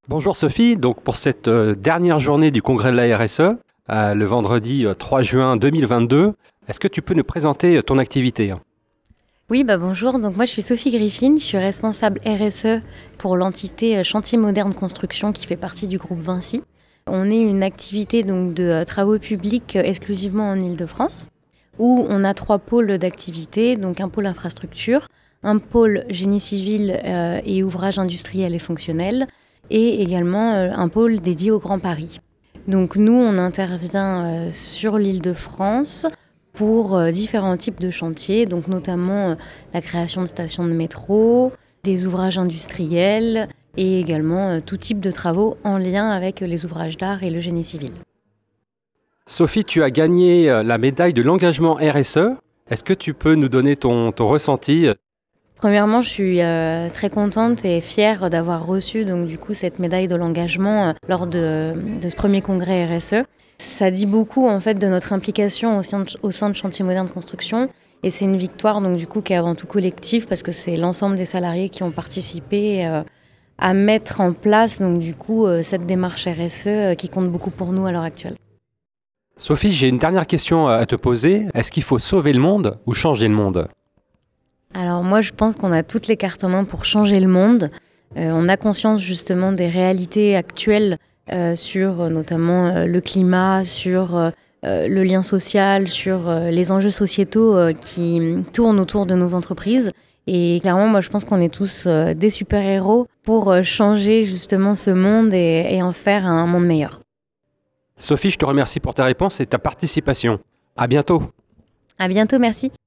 Bonjour Sophie, donc pour cette dernière journée du congrès de la RSE, le vendredi 3 juin 2022, est-ce que tu peux nous présenter ton activité? Oui, bonjour. Donc moi, je suis Sophie Griffin. Je suis responsable RSE pour l'entité Chantier Moderne Construction qui fait partie du groupe Vinci. On est une activité donc de travaux publics exclusivement en Île-de-France, où on a 3 pôles d'activité. Donc un pôle infrastructure, un pôle génie civil et ouvrages industriels et fonctionnels, et également un pôle dédié au Grand Paris. Donc nous, on intervient sur l'Île-de-France pour différents types de chantiers, donc notamment la création de stations de métro, des ouvrages industriels et également tout type de travaux en lien avec les ouvrages d'art et le génie civil. Sophie, tu as gagné la médaille de l'engagement RSE. Est-ce que tu peux nous donner ton ressenti? Premièrement, je suis très contente et fière d'avoir reçu donc du coup cette médaille de l'engagement lors de ce premier congrès RSE. Ça dit beaucoup en fait de notre implication au sein de Chantier Moderne Construction, et c'est une victoire donc du coup qui est avant tout collective parce que c'est l'ensemble des salariés qui ont participé à mettre en place donc du coup cette démarche RSE qui compte beaucoup pour nous à l'heure actuelle. Sophie, j'ai une dernière question à te poser. Est-ce qu'il faut sauver le monde ou changer le monde? Alors moi je pense qu'on a toutes les cartes en main pour changer le monde. On a conscience justement des réalités actuelles sur notamment le climat, sur le lien social, sur les enjeux sociétaux qui tournent autour de nos entreprises. Et clairement, moi, je pense qu'on est tous des super-héros pour changer justement ce monde et en faire un monde meilleur. Sophie, je te remercie pour ta réponse et ta participation. À bientôt. À bientôt, merci.